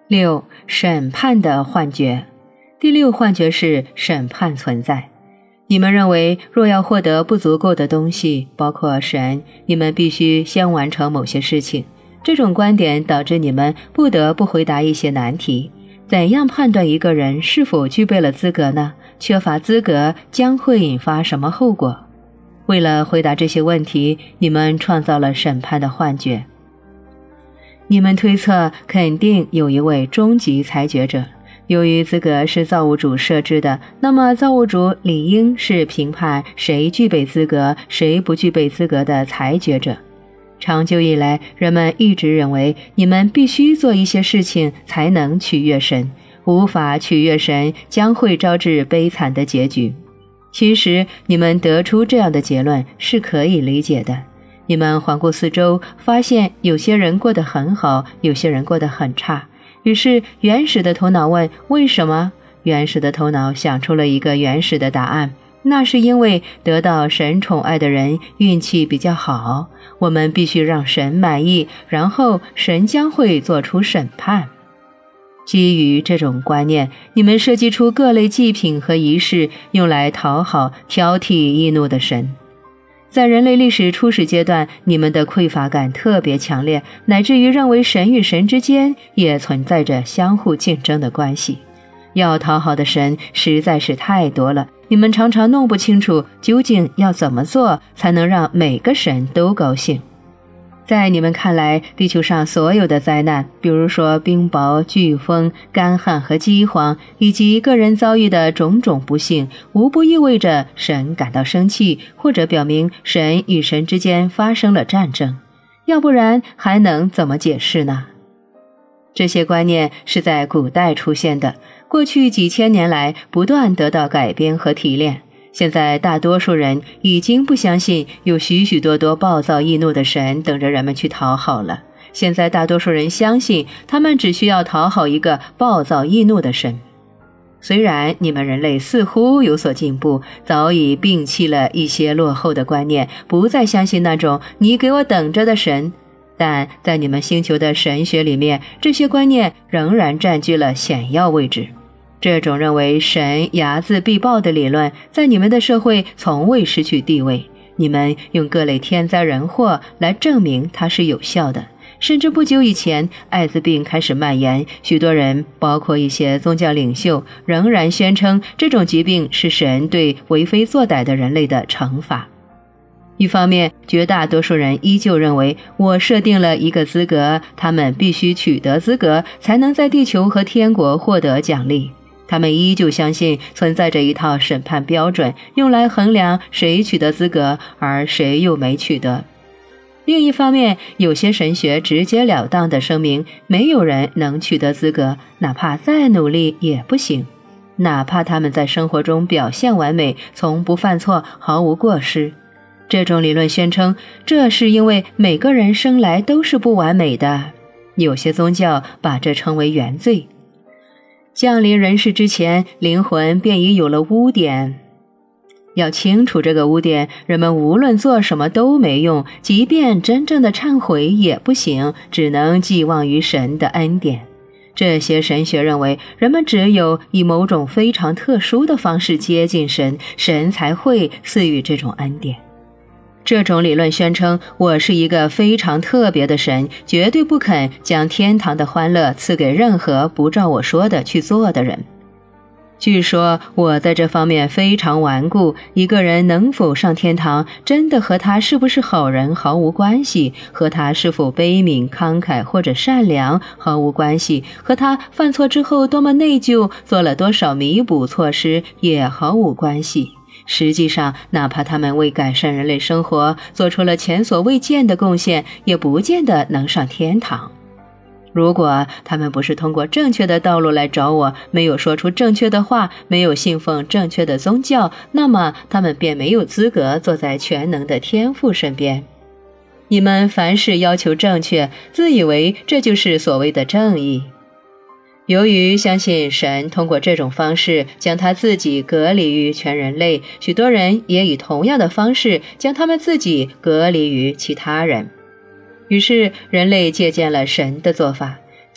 6. 审判的幻觉。第6幻觉是审判存在。你们认为若要获得不足够的东西，包括神，你们必须先完成某些事情。这种观点导致你们不得不回答一些难题。怎样判断一个人是否具备了资格呢？缺乏资格将会引发什么后果？为了回答这些问题，你们创造了审判的幻觉。你们推测肯定有一位终极裁决者，由于资格是造物主设置的，那么造物主理应是评判谁具备资格，谁不具备资格的裁决者。长久以来，人们一直认为你们必须做一些事情才能取悦神，无法取悦神将会招致悲惨的结局。其实你们得出这样的结论是可以理解的。你们环顾四周，发现有些人过得很好，有些人过得很差。于是原始的头脑问为什么？原始的头脑想出了一个原始的答案，那是因为得到神宠爱的人运气比较好，我们必须让神满意，然后神将会做出审判。基于这种观念，你们设计出各类祭品和仪式，用来讨好挑剔易怒的神。在人类历史初始阶段，你们的匮乏感特别强烈，乃至于认为神与神之间也存在着相互竞争的关系。要讨好的神实在是太多了，你们常常弄不清楚究竟要怎么做才能让每个神都高兴。在你们看来，地球上所有的灾难，比如说冰雹、飓风、干旱和饥荒，以及个人遭遇的种种不幸，无不意味着神感到生气，或者表明神与神之间发生了战争。要不然还能怎么解释呢？这些观念是在古代出现的，过去几千年来不断得到改编和提炼。现在大多数人已经不相信有许许多多暴躁易怒的神等着人们去讨好了。现在大多数人相信他们只需要讨好一个暴躁易怒的神。虽然你们人类似乎有所进步，早已摒弃了一些落后的观念，不再相信那种你给我等着的神，但在你们星球的神学里面，这些观念仍然占据了显要位置。这种认为神睚眦必报的理论在你们的社会从未失去地位，你们用各类天灾人祸来证明它是有效的。甚至不久以前，艾滋病开始蔓延，许多人，包括一些宗教领袖，仍然宣称这种疾病是神对为非作歹的人类的惩罚。一方面，绝大多数人依旧认为我设定了一个资格，他们必须取得资格才能在地球和天国获得奖励。他们依旧相信存在着一套审判标准，用来衡量谁取得资格，而谁又没取得。另一方面，有些神学直截了当地声明，没有人能取得资格，哪怕再努力也不行。哪怕他们在生活中表现完美，从不犯错，毫无过失。这种理论宣称，这是因为每个人生来都是不完美的。有些宗教把这称为原罪。降临人世之前，灵魂便已有了污点。要清除这个污点，人们无论做什么都没用，即便真正的忏悔也不行，只能寄望于神的恩典。这些神学认为，人们只有以某种非常特殊的方式接近神，神才会赐予这种恩典。这种理论宣称，我是一个非常特别的神，绝对不肯将天堂的欢乐赐给任何不照我说的去做的人。据说我在这方面非常顽固，一个人能否上天堂，真的和他是不是好人毫无关系，和他是否悲悯、慷慨或者善良毫无关系，和他犯错之后多么内疚，做了多少弥补措施也毫无关系。实际上，哪怕他们为改善人类生活做出了前所未见的贡献，也不见得能上天堂。如果他们不是通过正确的道路来找我，没有说出正确的话，没有信奉正确的宗教，那么他们便没有资格坐在全能的天父身边。你们凡事要求正确，自以为这就是所谓的正义。由于相信神通过这种方式将他自己隔离于全人类，许多人也以同样的方式将他们自己隔离于其他人。于是人类借鉴了神的做法，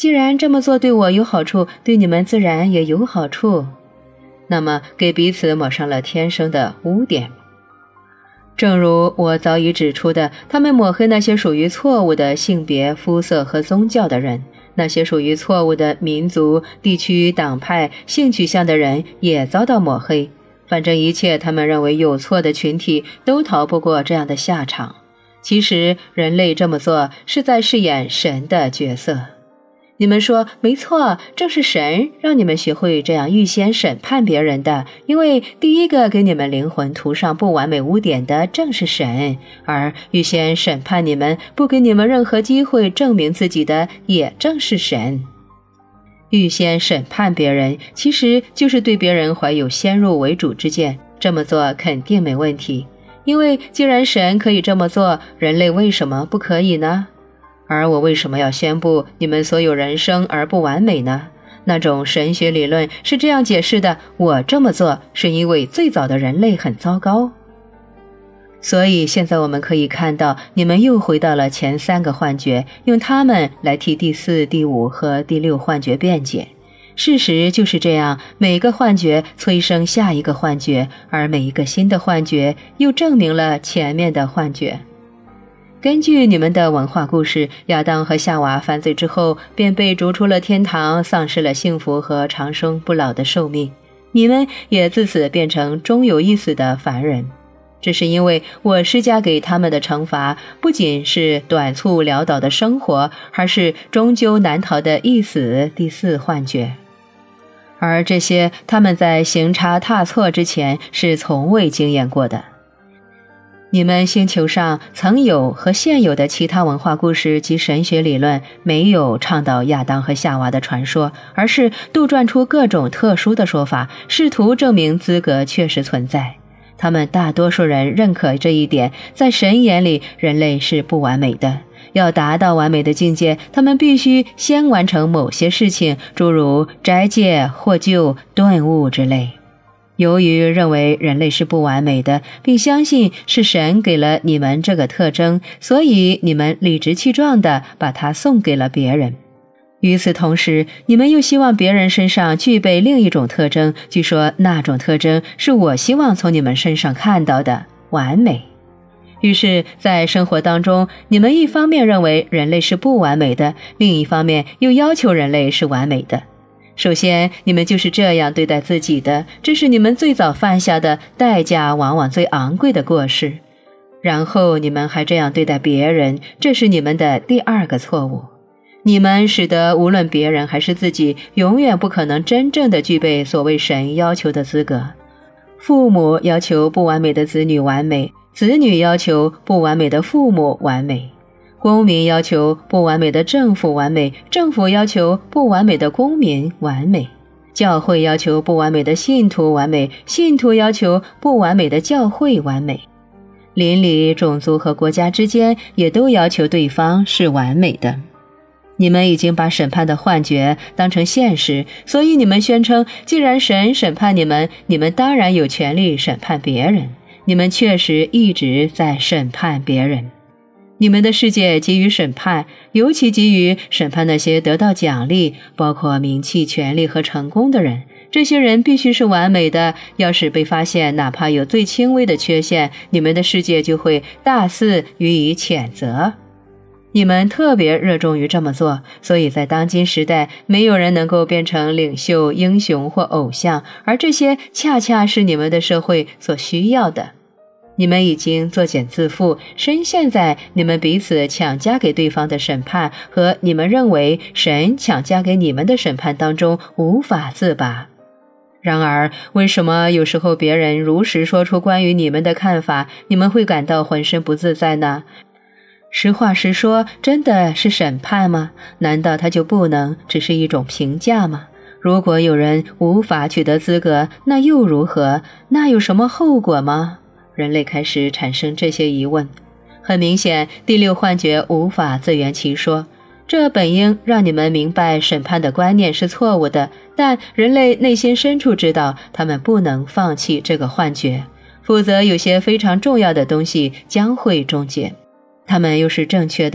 既然这么做对我有好处，对你们自然也有好处，那么给彼此抹上了天生的污点。正如我早已指出的，他们抹黑那些属于错误的性别、肤色和宗教的人，那些属于错误的民族、地区、党派、性取向的人也遭到抹黑。反正一切他们认为有错的群体都逃不过这样的下场。其实人类这么做是在饰演神的角色。你们说没错，正是神让你们学会这样预先审判别人的，因为第一个给你们灵魂涂上不完美污点的正是神，而预先审判你们，不给你们任何机会证明自己的也正是神。预先审判别人其实就是对别人怀有先入为主之见，这么做肯定没问题，因为既然神可以这么做，人类为什么不可以呢？而我为什么要宣布你们所有人生而不完美呢？那种神学理论是这样解释的，我这么做是因为最早的人类很糟糕。所以现在我们可以看到，你们又回到了前3个幻觉，用它们来替第4、第5和第6幻觉辩解。事实就是这样，每个幻觉催生下一个幻觉，而每一个新的幻觉又证明了前面的幻觉。根据你们的文化故事，亚当和夏娃犯罪之后便被逐出了天堂，丧失了幸福和长生不老的寿命。你们也自此变成终有一死的凡人。这是因为我施加给他们的惩罚不仅是短促潦倒的生活，而是终究难逃的一死，第4幻觉。而这些他们在行差踏错之前是从未经验过的。你们星球上曾有和现有的其他文化故事及神学理论没有倡导亚当和夏娃的传说，而是杜撰出各种特殊的说法，试图证明资格确实存在。他们大多数人认可这一点，在神眼里人类是不完美的，要达到完美的境界，他们必须先完成某些事情，诸如斋戒、获救、顿悟之类。由于认为人类是不完美的，并相信是神给了你们这个特征，所以你们理直气壮地把它送给了别人。与此同时，你们又希望别人身上具备另一种特征，据说那种特征是我希望从你们身上看到的完美。于是在生活当中，你们一方面认为人类是不完美的，另一方面又要求人类是完美的。首先，你们就是这样对待自己的，这是你们最早犯下的代价往往最昂贵的过失。然后你们还这样对待别人，这是你们的第2个错误。你们使得无论别人还是自己永远不可能真正的具备所谓神要求的资格。父母要求不完美的子女完美，子女要求不完美的父母完美。公民要求不完美的政府完美，政府要求不完美的公民完美，教会要求不完美的信徒完美，信徒要求不完美的教会完美。邻里、种族和国家之间也都要求对方是完美的。你们已经把审判的幻觉当成现实，所以你们宣称，既然神审判你们，你们当然有权利审判别人。你们确实一直在审判别人。你们的世界给予审判，尤其给予审判那些得到奖励，包括名气、权力和成功的人。这些人必须是完美的，要是被发现哪怕有最轻微的缺陷，你们的世界就会大肆予以谴责。你们特别热衷于这么做，所以在当今时代，没有人能够变成领袖、英雄或偶像，而这些恰恰是你们的社会所需要的。你们已经作茧自缚，深陷在你们彼此强加给对方的审判和你们认为神强加给你们的审判当中，无法自拔。然而，为什么有时候别人如实说出关于你们的看法，你们会感到浑身不自在呢？实话实说，真的是审判吗？难道它就不能只是一种评价吗？如果有人无法取得资格，那又如何？那有什么后果吗？人类开始产生这些疑问。很明显，第6幻觉无法自圆其说，这本应让你们明白审判的观念是错误的，但人类内心深处知道，他们不能放弃这个幻觉，否则有些非常重要的东西将会终结。他们又是正确的，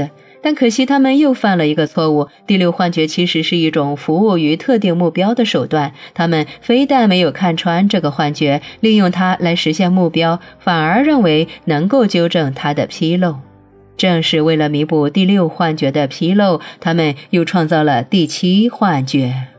但可惜他们又犯了一个错误，第六幻觉其实是一种服务于特定目标的手段，他们非但没有看穿这个幻觉，利用它来实现目标，反而认为能够纠正它的纰漏。正是为了弥补第六幻觉的纰漏，他们又创造了第七幻觉。